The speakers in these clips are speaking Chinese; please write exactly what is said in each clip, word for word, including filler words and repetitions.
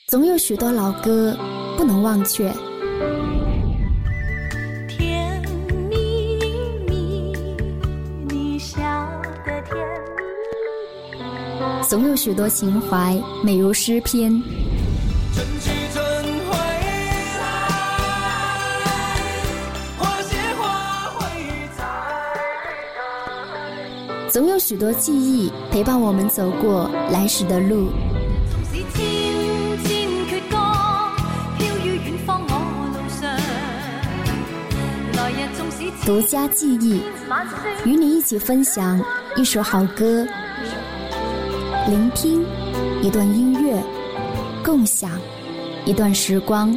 总有许多老歌不能忘却， 甜蜜蜜，你笑得甜蜜， 总有许多情怀美如诗篇。 春去春回来，花谢花会采。 总有许多记忆陪伴我们走过来时的路。独家记忆，与你一起分享一首好歌，聆听一段音乐，共享一段时光。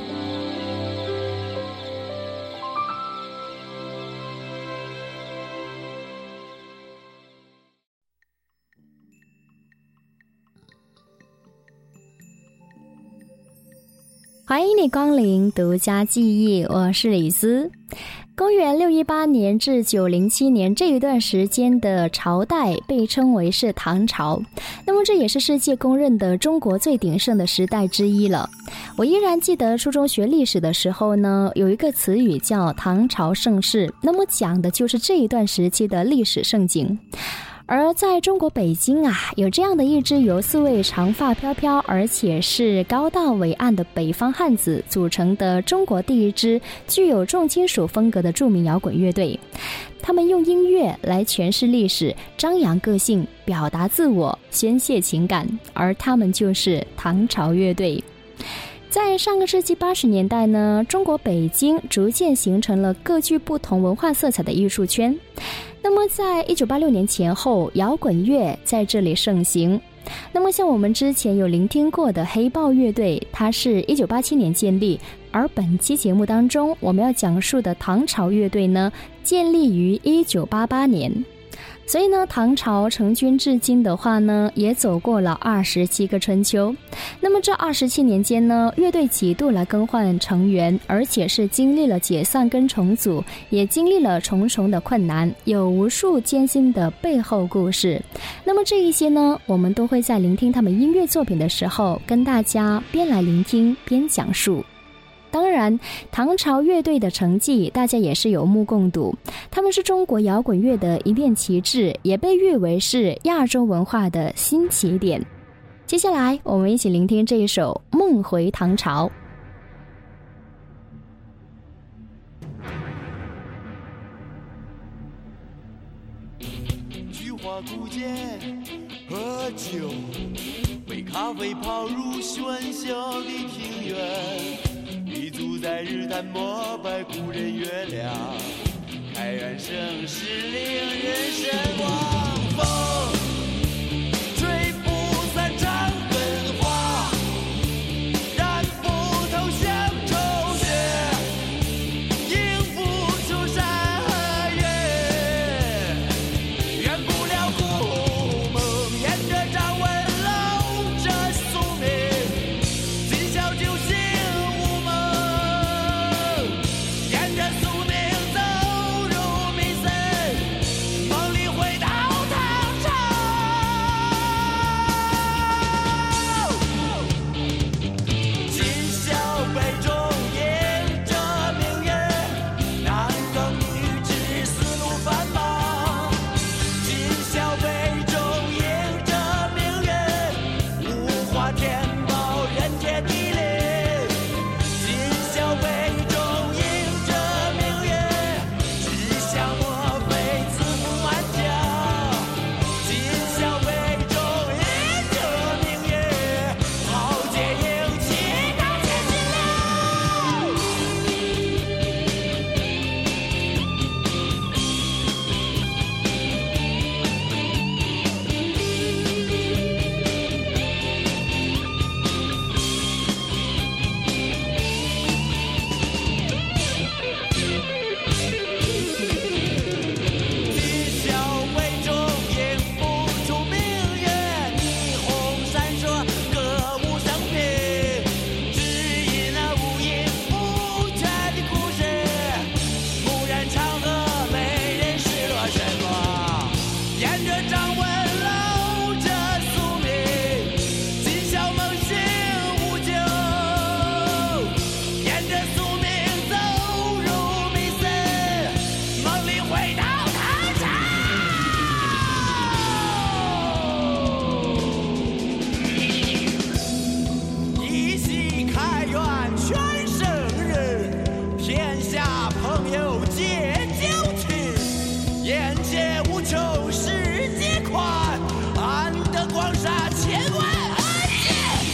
欢迎你光临独家记忆，我是李斯。公元六一八年至九零七年这一段时间的朝代被称为是唐朝，那么这也是世界公认的中国最鼎盛的时代之一了。我依然记得初中学历史的时候呢，有一个词语叫唐朝盛世，那么讲的就是这一段时期的历史盛景。而在中国北京啊，有这样的一支由四位长发飘飘而且是高大伟岸的北方汉子组成的中国第一支具有重金属风格的著名摇滚乐队。他们用音乐来诠释历史，张扬个性，表达自我，宣泄情感，而他们就是唐朝乐队。在上个世纪八十年代呢，中国北京逐渐形成了各具不同文化色彩的艺术圈。那么在一九八六年前后，摇滚乐在这里盛行。那么像我们之前有聆听过的黑豹乐队，它是一九八七年建立，而本期节目当中我们要讲述的唐朝乐队呢，建立于一九八八年。所以呢，唐朝成军至今的话呢，也走过了二十七个春秋。那么这二十七年间呢，乐队几度来更换成员，而且是经历了解散跟重组，也经历了重重的困难，有无数艰辛的背后故事。那么这一些呢，我们都会在聆听他们音乐作品的时候，跟大家边来聆听边讲述。当然，唐朝乐队的成绩大家也是有目共睹，他们是中国摇滚乐的一面旗帜，也被誉为是亚洲文化的新起点。接下来我们一起聆听这一首《梦回唐朝》。 菊花古剑喝酒，杯咖啡泡入喧嚣的庭院，立足在日坛膜拜古人月亮，开元盛世令人神往。风吹不散长根花，染不透乡愁血，映不出山河月，圆不了故梦，沿着张文楼这宿命，今宵酒醒无梦，沿着宿命走入迷森，梦里回到唐朝。 全省人，天下朋友结交情，眼界无穷世界宽，安得广厦千万安间。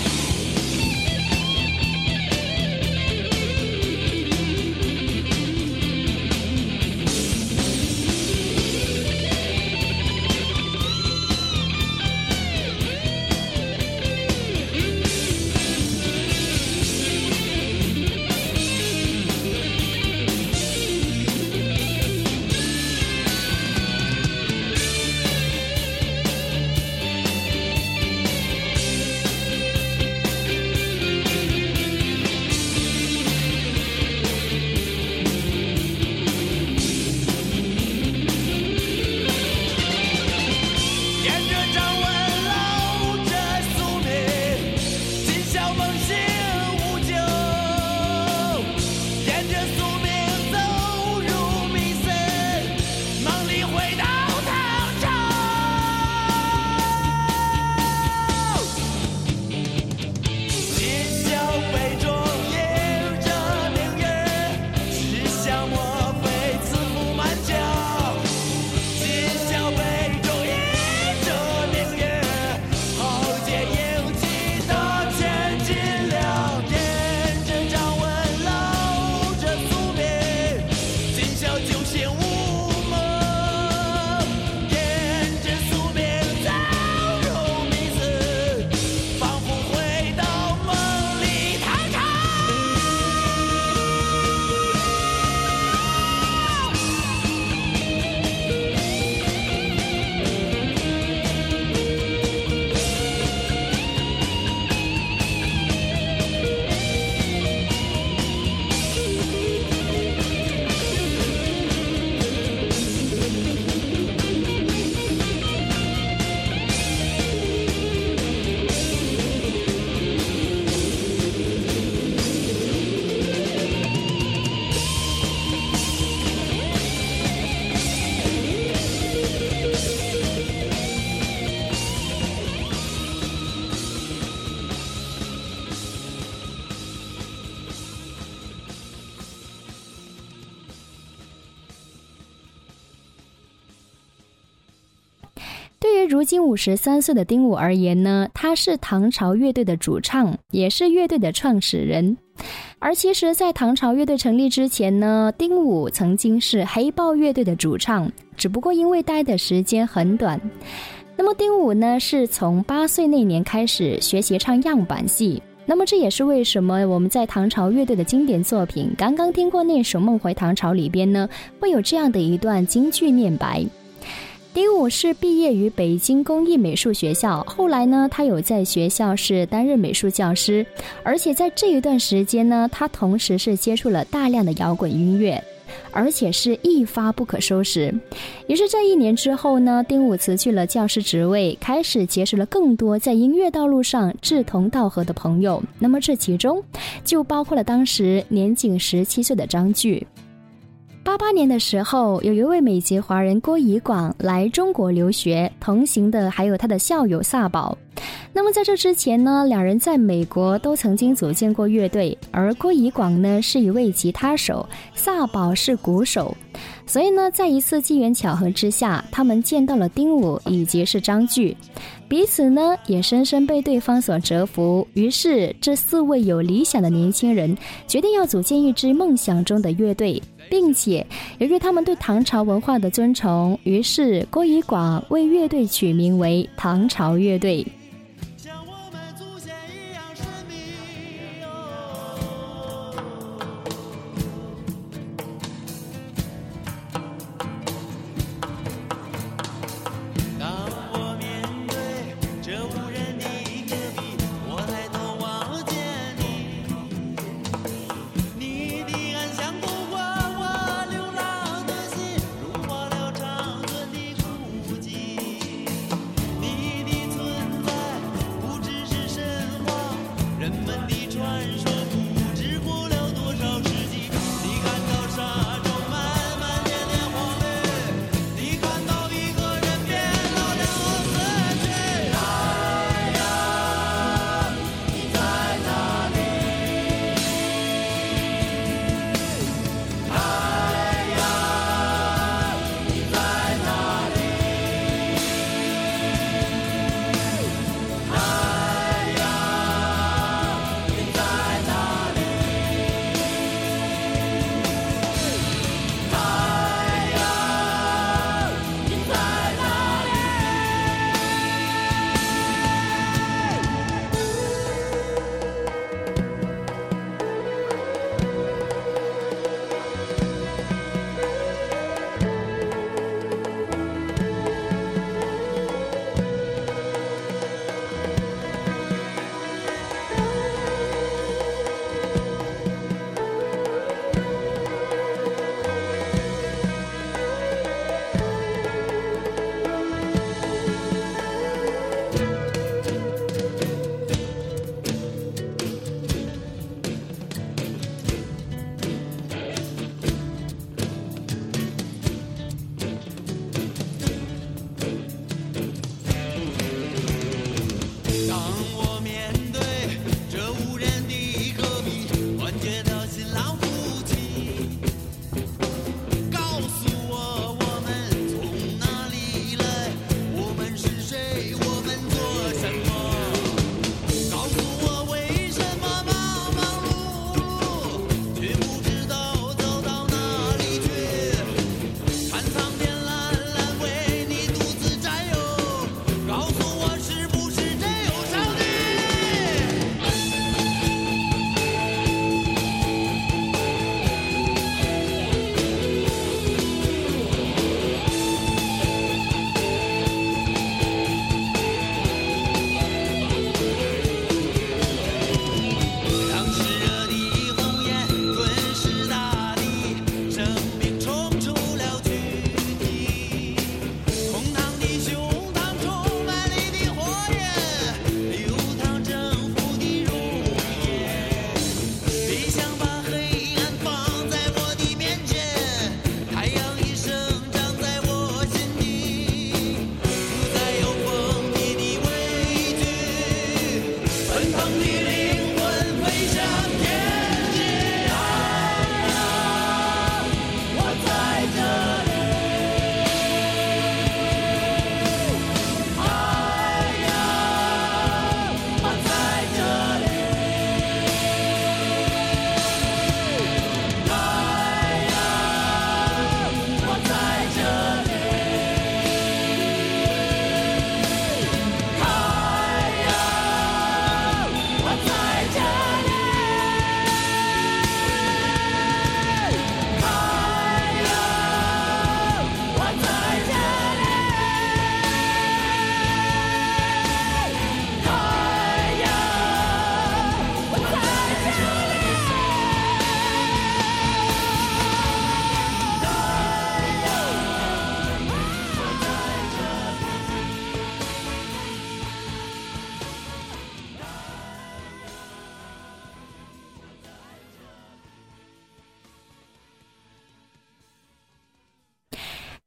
如今五十三岁的丁武而言呢，他是唐朝乐队的主唱，也是乐队的创始人。而其实在唐朝乐队成立之前呢，丁武曾经是黑豹乐队的主唱，只不过因为待的时间很短。那么丁武呢，是从八岁那年开始学习唱样板戏，那么这也是为什么我们在唐朝乐队的经典作品刚刚听过那首《梦回唐朝》里边呢，会有这样的一段京剧念白。丁武是毕业于北京工艺美术学校，后来呢，他有在学校是担任美术教师，而且在这一段时间呢，他同时是接触了大量的摇滚音乐，而且是一发不可收拾。于是这一年之后呢，丁武辞去了教师职位，开始结识了更多在音乐道路上志同道合的朋友。那么这其中就包括了当时年仅十七岁的张炬。八八年的时候，有一位美籍华人郭以广来中国留学，同行的还有他的校友萨宝。那么在这之前呢，两人在美国都曾经组建过乐队，而郭以广呢是一位吉他手，萨宝是鼓手。所以呢，在一次机缘巧合之下，他们见到了丁武以及是张炬，彼此呢也深深被对方所折服。于是这四位有理想的年轻人决定要组建一支梦想中的乐队，并且由于他们对唐朝文化的尊崇，于是郭以广为乐队取名为唐朝乐队。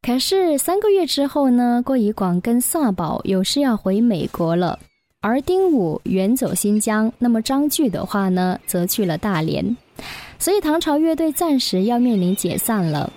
可是三个月之后呢，郭以广跟萨宝有事要回美国了，而丁武远走新疆，那么张炬的话呢，则去了大连，所以唐朝乐队暂时要面临解散了。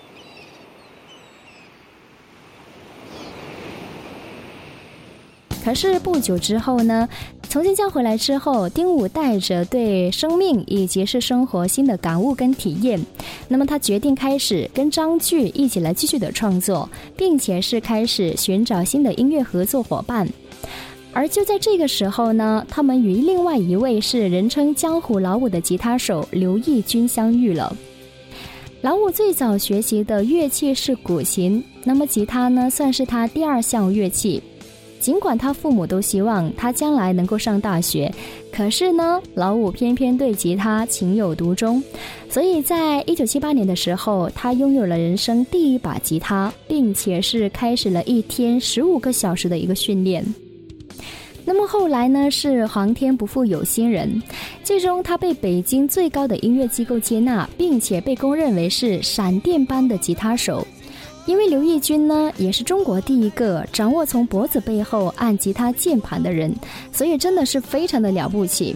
可是不久之后呢，从新疆回来之后，丁武带着对生命以及是生活新的感悟跟体验，那么他决定开始跟张炬一起来继续的创作，并且是开始寻找新的音乐合作伙伴。而就在这个时候呢，他们与另外一位是人称江湖老五的吉他手刘义军相遇了。老五最早学习的乐器是古琴，那么吉他呢，算是他第二项乐器。尽管他父母都希望他将来能够上大学，可是呢，老五偏偏对吉他情有独钟，所以在一九七八年的时候，他拥有了人生第一把吉他，并且是开始了一天十五个小时的一个训练。那么后来呢，是皇天不负有心人，最终他被北京最高的音乐机构接纳，并且被公认为是闪电般的吉他手。因为刘义军呢，也是中国第一个掌握从脖子背后按吉他键盘的人，所以真的是非常的了不起。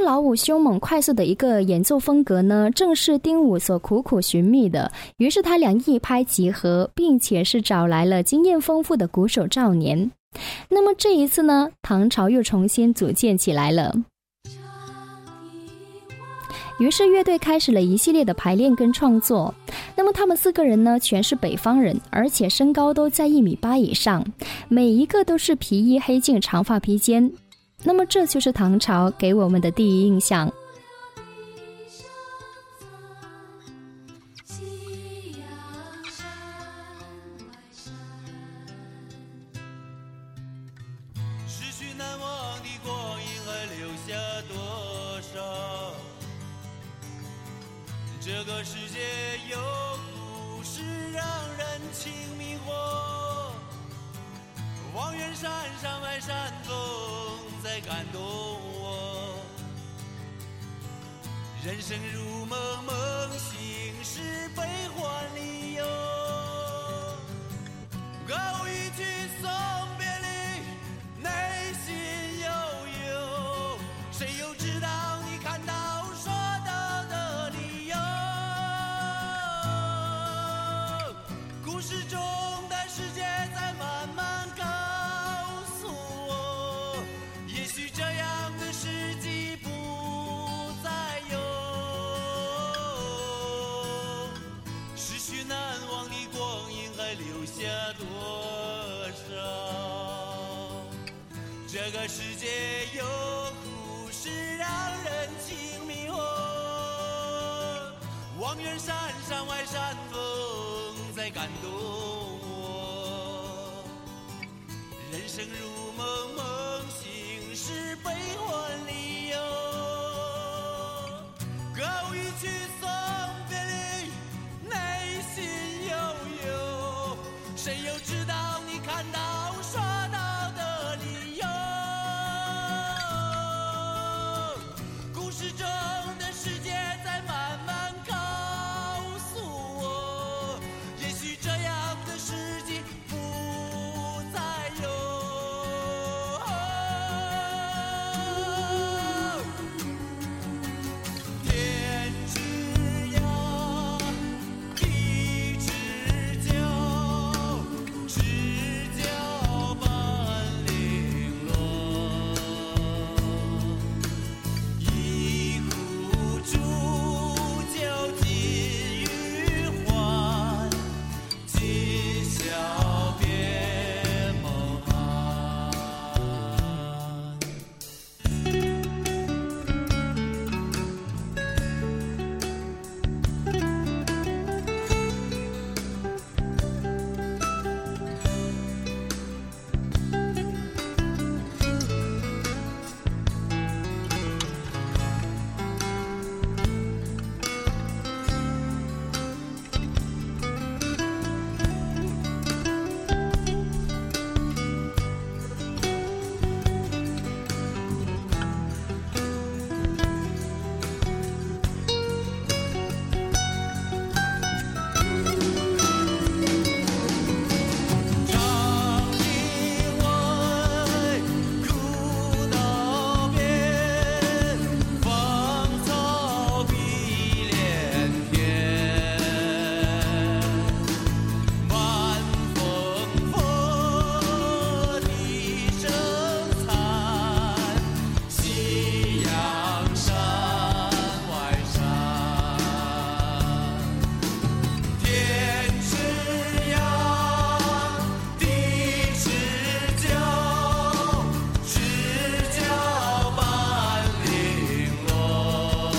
老五凶猛快速的一个演奏风格呢，正是丁武所苦苦寻觅的。于是他俩一拍即合，并且是找来了经验丰富的鼓手赵年。那么这一次呢，唐朝又重新组建起来了。于是乐队开始了一系列的排练跟创作。那么他们四个人呢，全是北方人，而且身高都在一米八以上，每一个都是皮衣黑颈，长发披肩。那么这就是唐朝给我们的第一印象。 逝去难忘的光阴还留下多少？这个世界有故事让人情迷惑，望远山山外山峰在感动我。人生如梦，梦醒是悲欢离忧，歌舞一曲送别离，内心悠悠，谁又知道你看到说到的理由？故事中的世界在慢慢告诉我，也许这样的世纪不再有。逝去难忘的光阴还留下多少？这个世界有故事让人情迷惑，望远山山外山峰在感动我。人生如梦，梦醒是悲欢离忧，歌舞一曲送别离，内心悠悠，谁又知道你看到说到的理由？故事中的世界在慢慢告诉我，也许这样的世纪不再有。天之涯，地之角，知交半零落，一壶浊酒尽余欢，今宵别梦寒。长亭外，古道边，芳草碧连天。晚风拂笛声残，夕阳山外山。天之涯，地之角，知交半零落，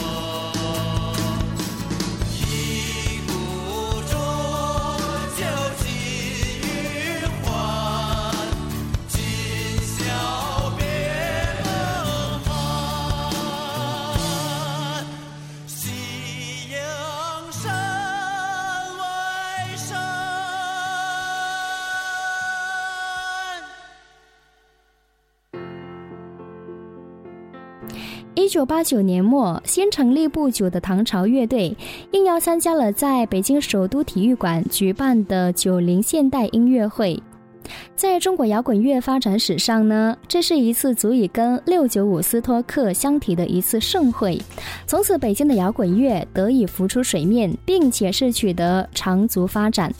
一壶浊酒尽余欢，今宵别梦寒。夕阳山外山。 一九八九年末，新成立不久的唐朝乐队应邀参加了在北京首都体育馆举办的九零现代音乐会。 在中国摇滚乐发展史上呢，这是一次足以跟六九五斯托克相提的一次盛会。从此北京的摇滚乐得以浮出水面，并且是取得长足发展。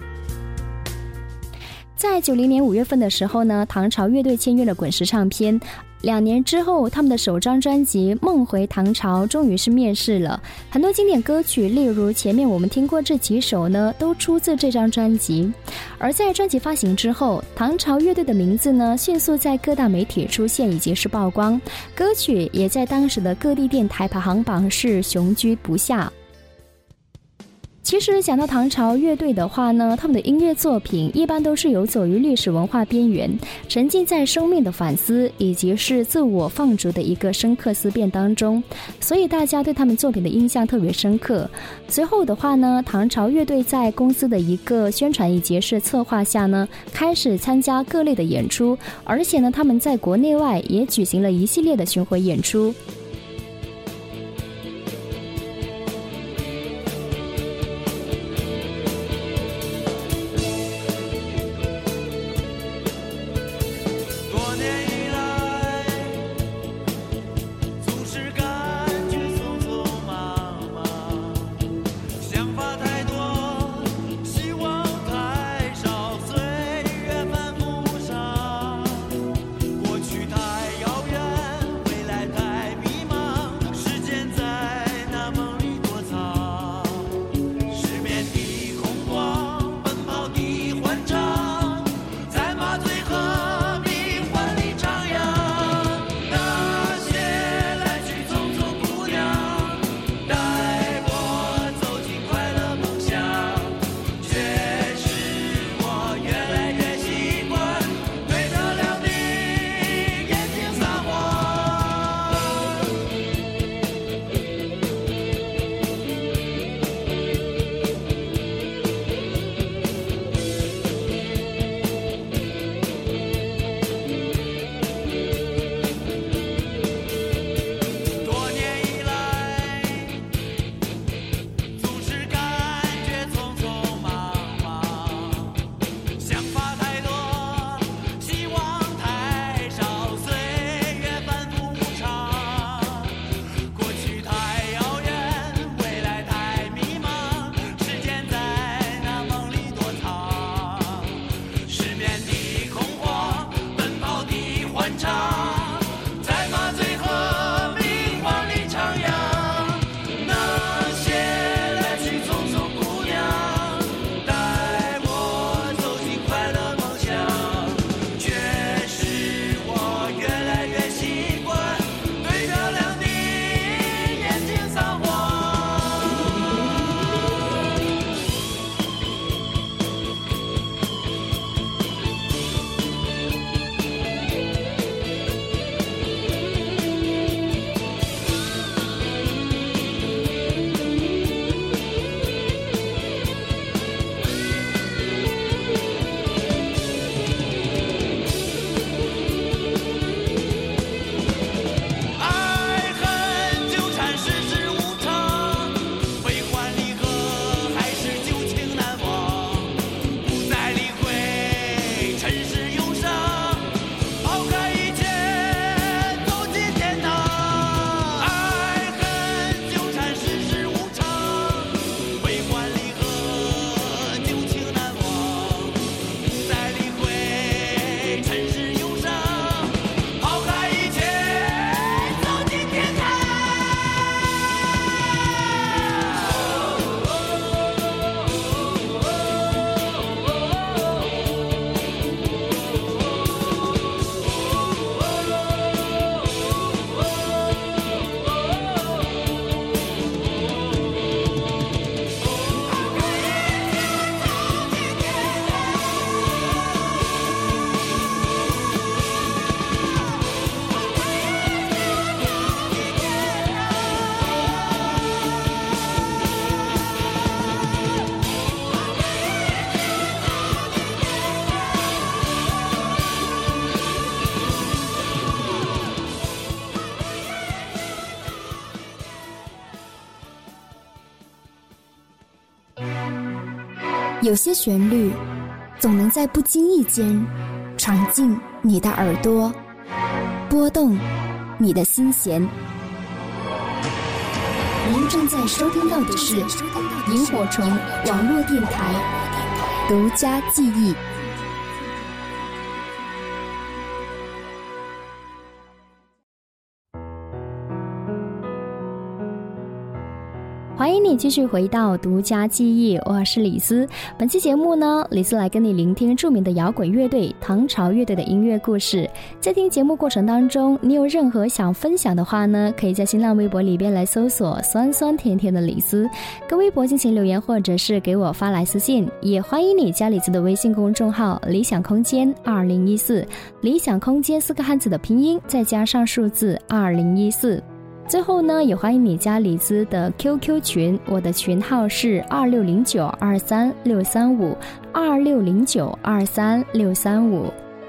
在九零年五月份的时候呢，唐朝乐队签约了滚石唱片。两年之后，他们的首张专辑《梦回唐朝》终于是面世了。很多经典歌曲，例如前面我们听过这几首呢，都出自这张专辑。而在专辑发行之后，唐朝乐队的名字呢，迅速在各大媒体出现以及是曝光，歌曲也在当时的各地电台排行榜是雄居不下。其实讲到唐朝乐队的话呢，他们的音乐作品一般都是游走于历史文化边缘，沉浸在生命的反思以及是自我放逐的一个深刻思辨当中，所以大家对他们作品的印象特别深刻。随后的话呢，唐朝乐队在公司的一个宣传以及是策划下呢，开始参加各类的演出，而且呢，他们在国内外也举行了一系列的巡回演出。 有些旋律总能在不经意间闯进你的耳朵，拨动你的心弦。您正在收听到的是萤火虫网络电台独家记忆。欢迎你继续回到独家记忆，我是李斯。本期节目呢，李斯来跟你聆听著名的摇滚乐队唐朝乐队的音乐故事。在听节目过程当中，你有任何想分享的话呢，可以在新浪微博里边来搜索酸酸甜甜的李斯，跟微博进行留言，或者是给我发来私信。也欢迎你加李斯的微信公众号理想空间二零一四，理想空间四个汉字的拼音再加上数字二零一四。最后呢，也欢迎你加李斯的 Q Q 群，我的群号是二六零九二三六三五二六零九二三六三五。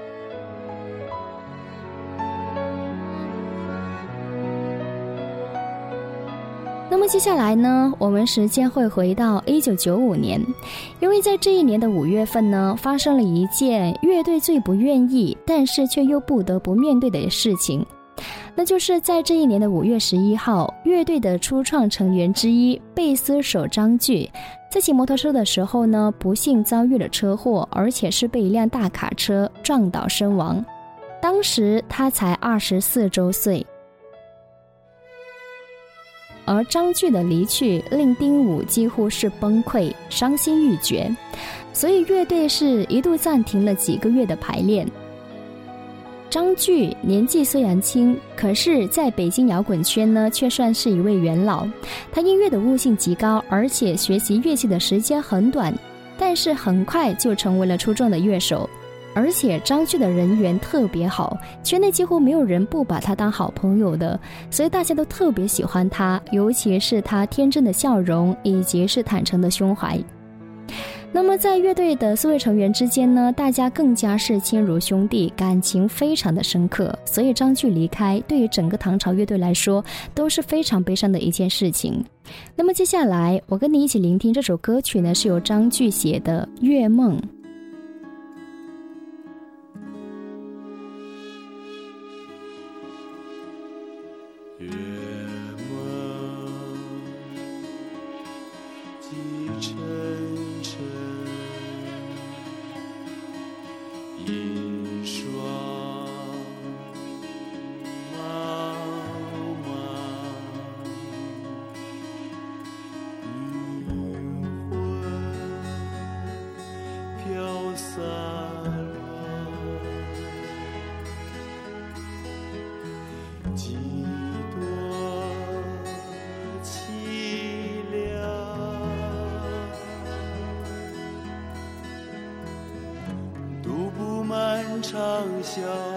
那么接下来呢，我们时间会回到一九九五年，因为在这一年的五月份呢，发生了一件乐队最不愿意，但是却又不得不面对的事情。那就是在这一年的五月十一号，乐队的初创成员之一贝斯手张炬在骑摩托车的时候呢，不幸遭遇了车祸，而且是被一辆大卡车撞倒身亡。当时他才二十四周岁。而张炬的离去令丁武几乎是崩溃，伤心欲绝，所以乐队是一度暂停了几个月的排练。张炬年纪虽然轻，可是在北京摇滚圈呢，却算是一位元老。他音乐的悟性极高，而且学习乐器的时间很短，但是很快就成为了出众的乐手。而且张炬的人缘特别好，圈内几乎没有人不把他当好朋友的，所以大家都特别喜欢他，尤其是他天真的笑容，以及是坦诚的胸怀。那么在乐队的四位成员之间呢，大家更加是亲如兄弟，感情非常的深刻，所以张炬离开对于整个唐朝乐队来说都是非常悲伤的一件事情。那么接下来我跟你一起聆听这首歌曲呢，是由张炬写的《月梦》。 月梦几沉沉，一双茫茫，灵魂飘散了，几多凄凉，独步漫长巷，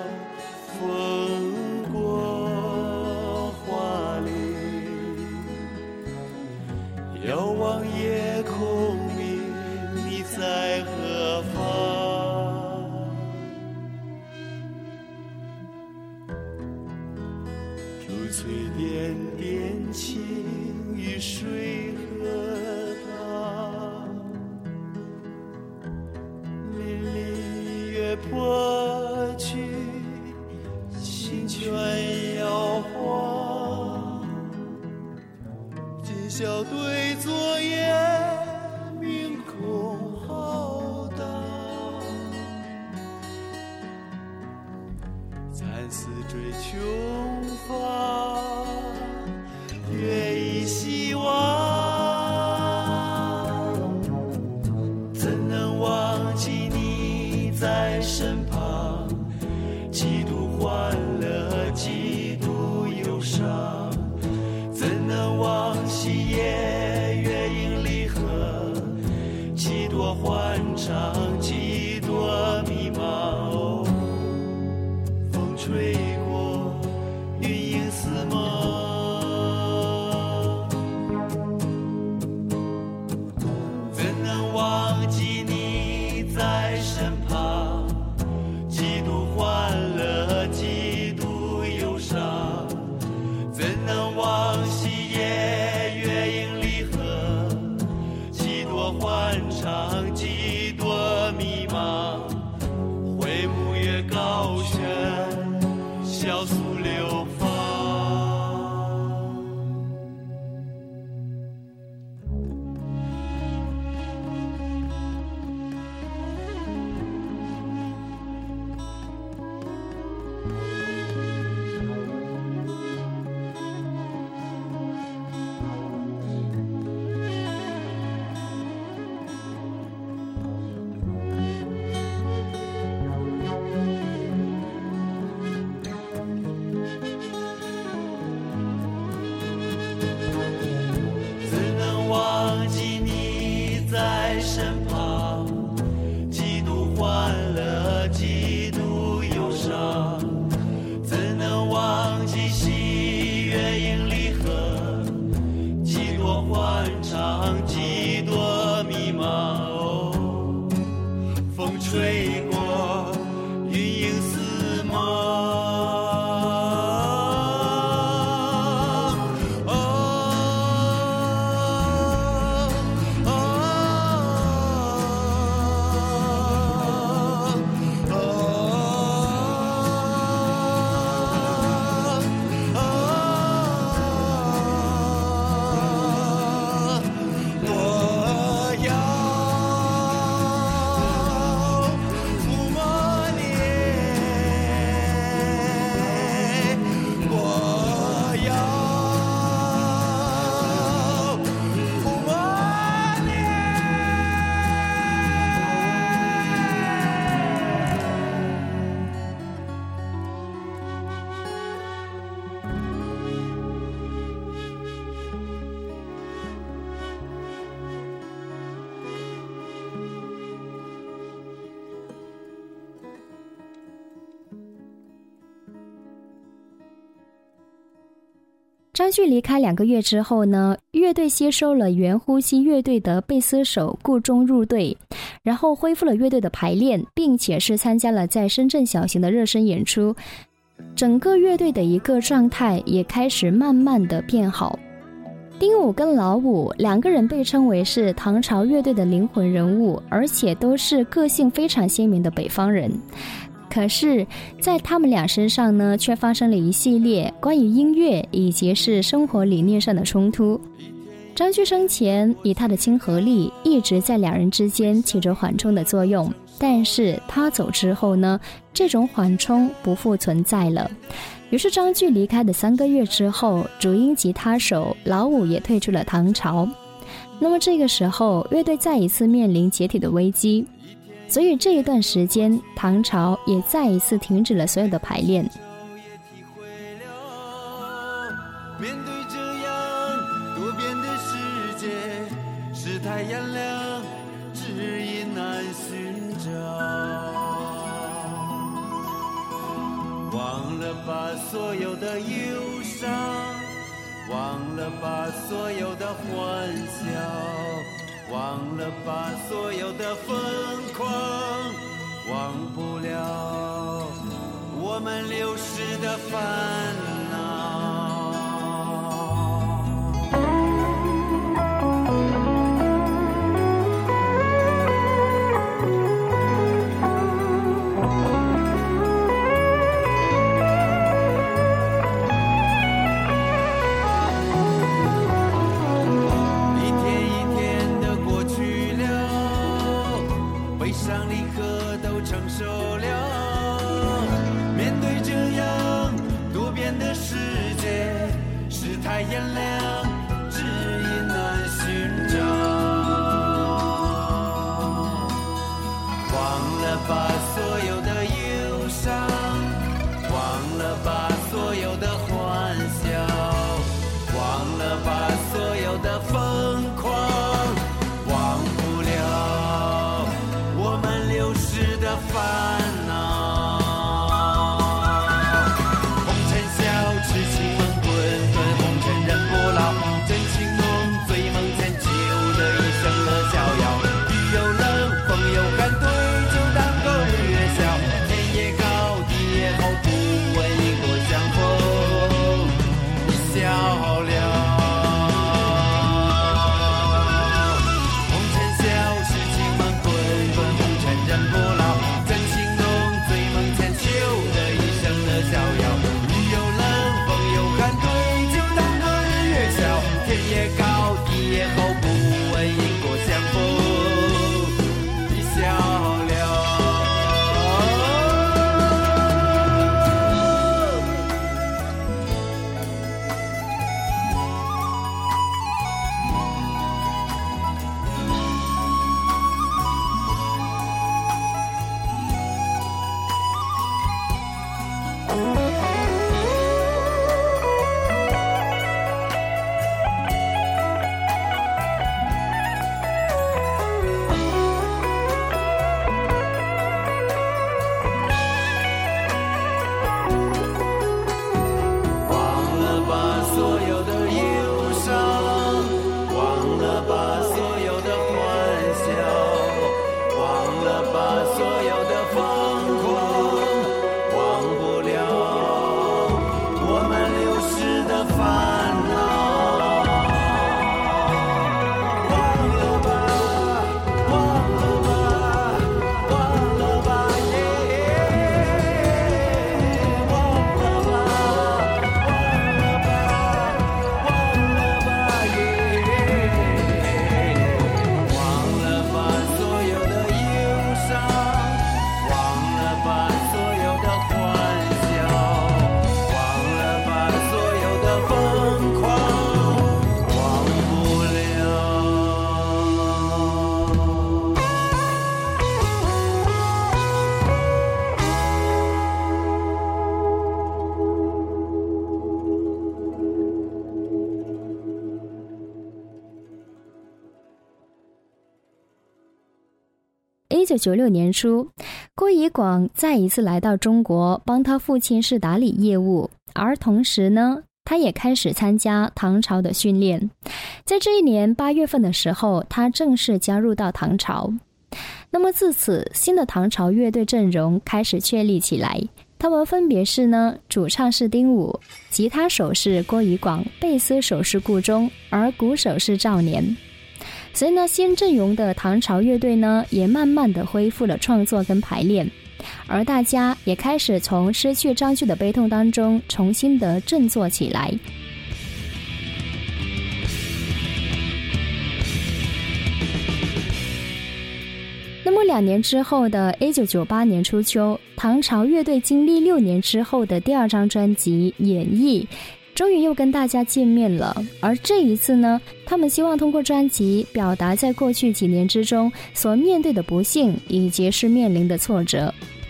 风过花林，遥望夜空明，你在何方？如翠点点情与水河淌，粼粼月破去，清泉摇晃，今宵对昨夜，明空浩荡，暂似追穷芳，月已希望，怎能忘记你在身旁，几度欢乐，几度忧伤，怎能忘昔夜月影离合，几多欢畅，几多迷茫。哦，风吹过，云影似梦，怎能忘记你在身旁，几度欢乐，几度忧伤，怎能忘昔夜月影离合，几多欢畅，几多迷茫。回眸月张炬离开两个月之后呢，乐队吸收了原呼吸乐队的贝斯手顾中入队，然后恢复了乐队的排练，并且是参加了在深圳小型的热身演出，整个乐队的一个状态也开始慢慢的变好。丁武跟老武两个人被称为是唐朝乐队的灵魂人物，而且都是个性非常鲜明的北方人。可是在他们俩身上呢，却发生了一系列关于音乐以及是生活理念上的冲突。张炬生前以他的亲和力一直在两人之间起着缓冲的作用，但是他走之后呢，这种缓冲不复存在了。于是张炬离开的三个月之后，主音吉他手老武也退出了唐朝。那么这个时候乐队再一次面临解体的危机，所以这一段时间唐朝也再一次停止了所有的排练。 面对这样多变的世界，世态炎凉，指引难寻找。忘了把所有的忧伤，忘了把所有的欢笑，忘了把所有的疯狂，忘不了我们流逝的烦恼。 一九九六年初，郭以广再一次来到中国，帮他父亲是打理业务，而同时呢， 他也开始参加唐朝的训练。在这一年八月份的时候，他正式加入到唐朝。那么自此，新的唐朝乐队阵容开始确立起来。他们分别是呢，主唱是丁武，吉他手是郭以广，贝斯手是顾中，而鼓手是赵年。所以呢，新阵容的唐朝乐队呢，也慢慢的恢复了创作跟排练，而大家也开始从失去张炬的悲痛当中重新的振作起来。那么两年之后的一九九八年初秋，唐朝乐队经历六年之后的第二张专辑《演绎》终于又跟大家见面了。而这一次呢，他们希望通过专辑表达在过去几年之中所面对的不幸以及是面临的挫折。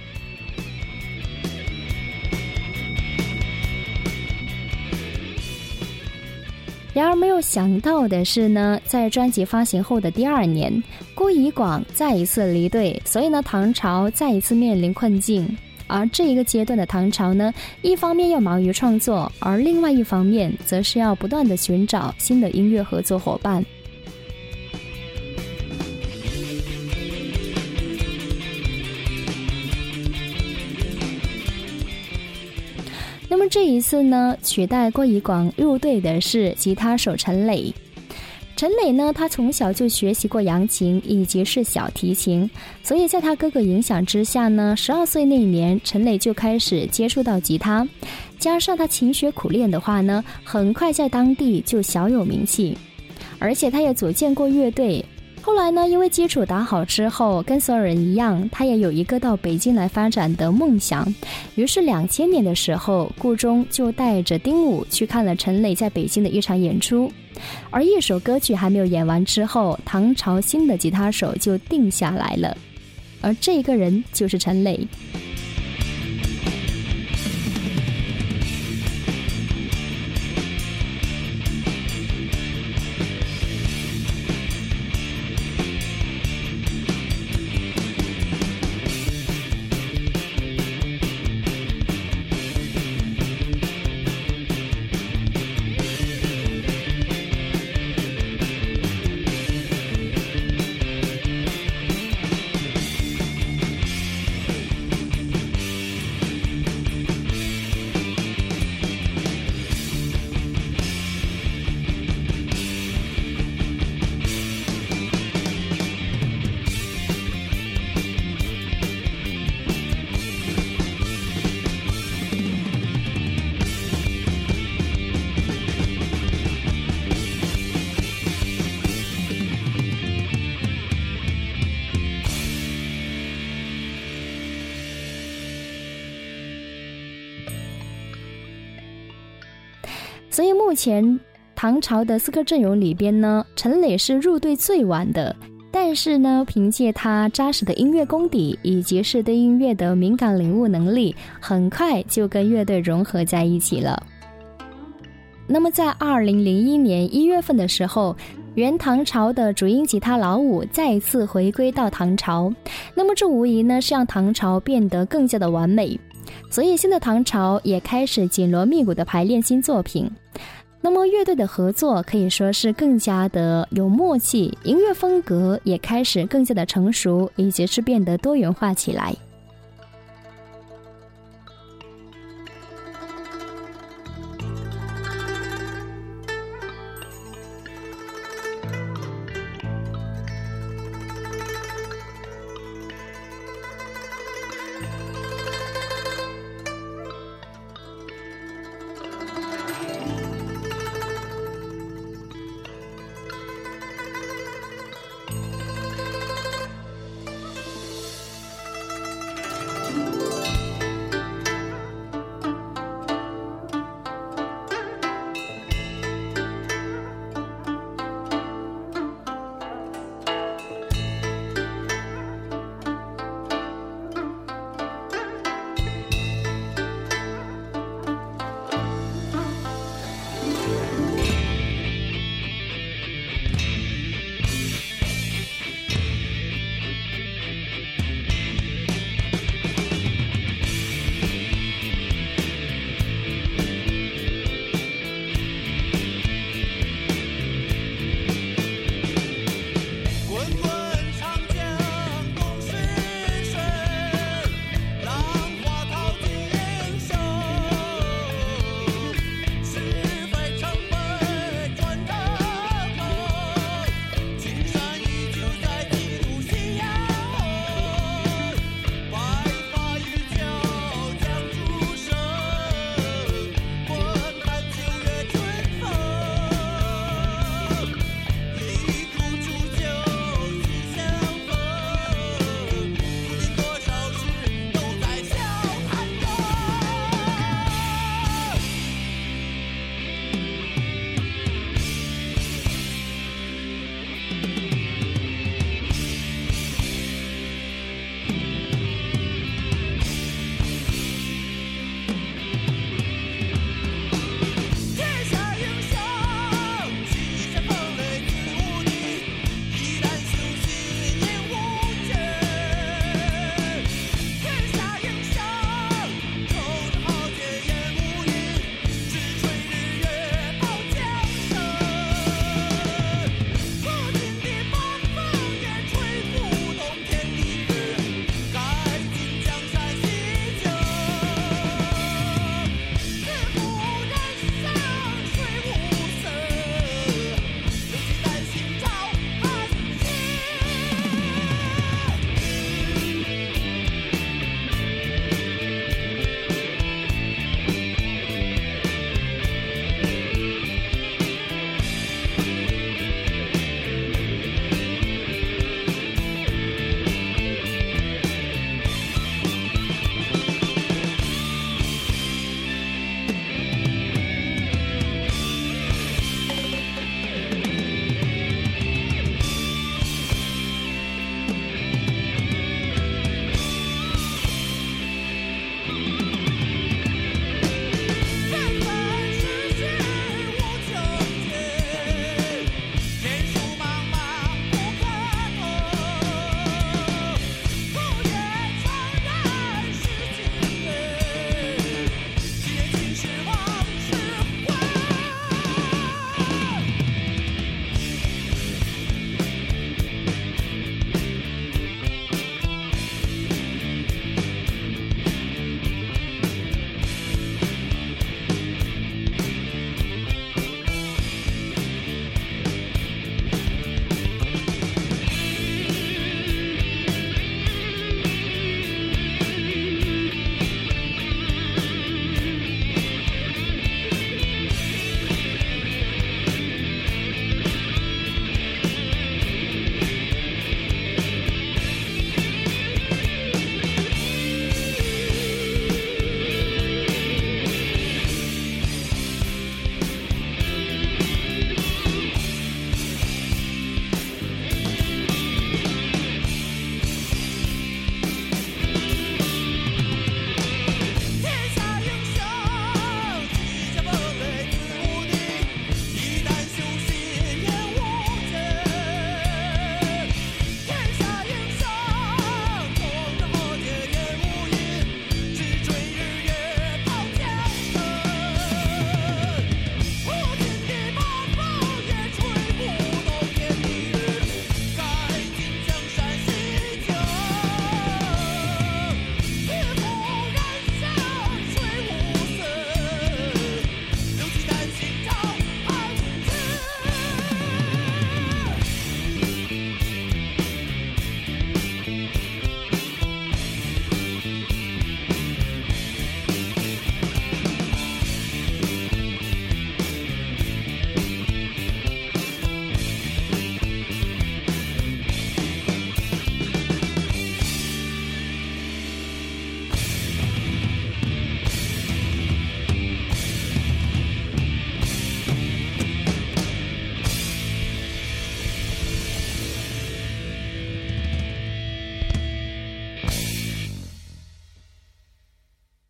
然而没有想到的是呢，在专辑发行后的第二年，郭以广再一次离队，所以呢，唐朝再一次面临困境。而这一个阶段的唐朝呢，一方面要忙于创作，而另外一方面则是要不断的寻找新的音乐合作伙伴。那么这一次呢，取代郭以广入队的是吉他手陈磊。陈磊呢，他从小就学习过扬琴以及是小提琴，所以在他哥哥影响之下呢，十二岁那年，陈磊就开始接触到吉他，加上他勤学苦练的话呢，很快在当地就小有名气，而且他也组建过乐队。后来呢，因为基础打好之后，跟所有人一样，他也有一个到北京来发展的梦想。于是两千年的时候，顾中就带着丁武去看了陈磊在北京的一场演出。而一首歌曲还没有演完之后，唐朝新的吉他手就定下来了，而这个人就是陈磊。所以目前唐朝的四个阵容里边呢，陈磊是入队最晚的，但是呢，凭借他扎实的音乐功底以及是对音乐的敏感领悟能力，很快就跟乐队融合在一起了。那么在二零零一年一月份的时候，原唐朝的主音吉他老五再一次回归到唐朝，那么这无疑呢是让唐朝变得更加的完美。所以新的唐朝也开始紧锣密鼓的排练新作品。那么乐队的合作可以说是更加的有默契，音乐风格也开始更加的成熟，以及是变得多元化起来。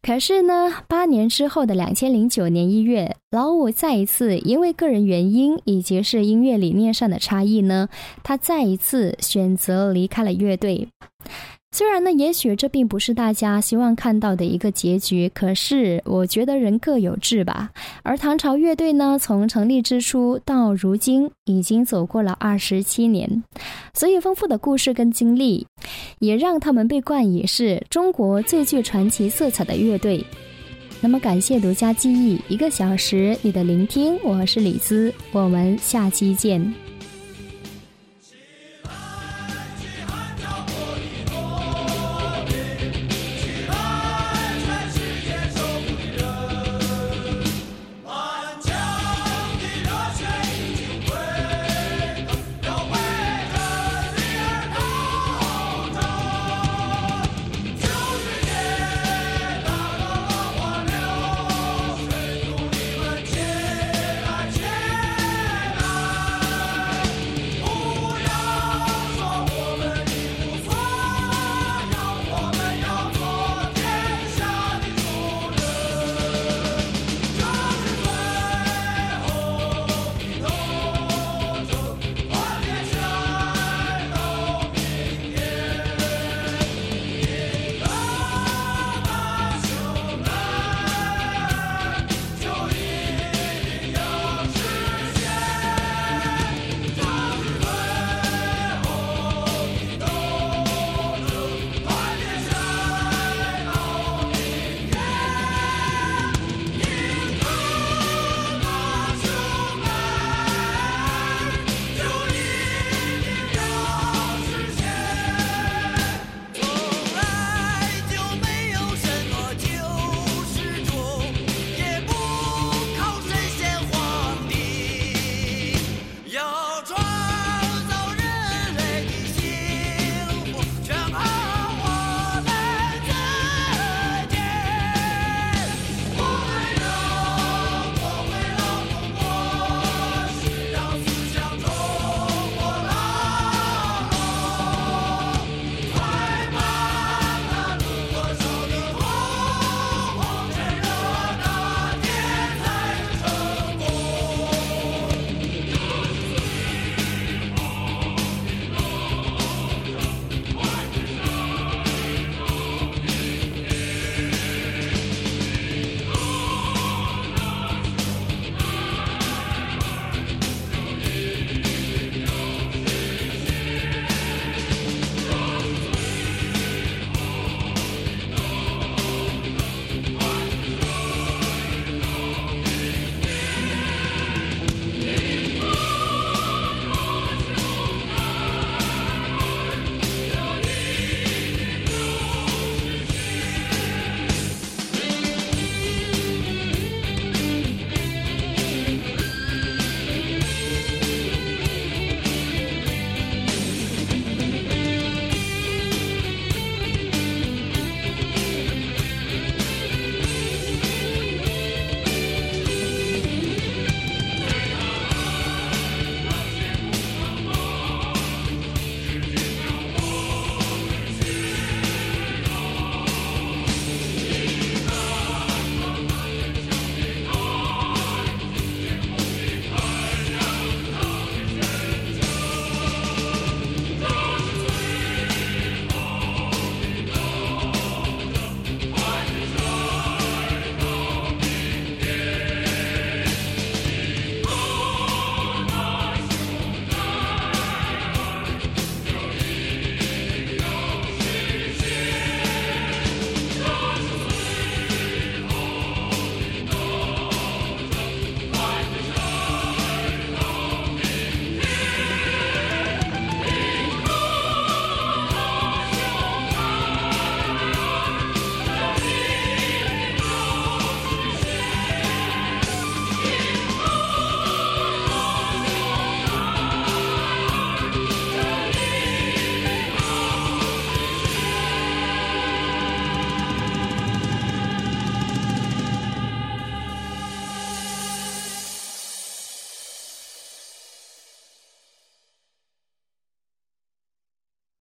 可是呢，八年之后的两千零九年一月，老五再一次因为个人原因以及是音乐理念上的差异呢，他再一次选择离开了乐队。虽然呢，也许这并不是大家希望看到的一个结局，可是我觉得人各有志吧。而唐朝乐队呢，从成立之初到如今已经走过了二十七年，所以丰富的故事跟经历也让他们被冠以是中国最具传奇色彩的乐队。那么感谢独家记忆一个小时你的聆听，我是李姿，我们下期见。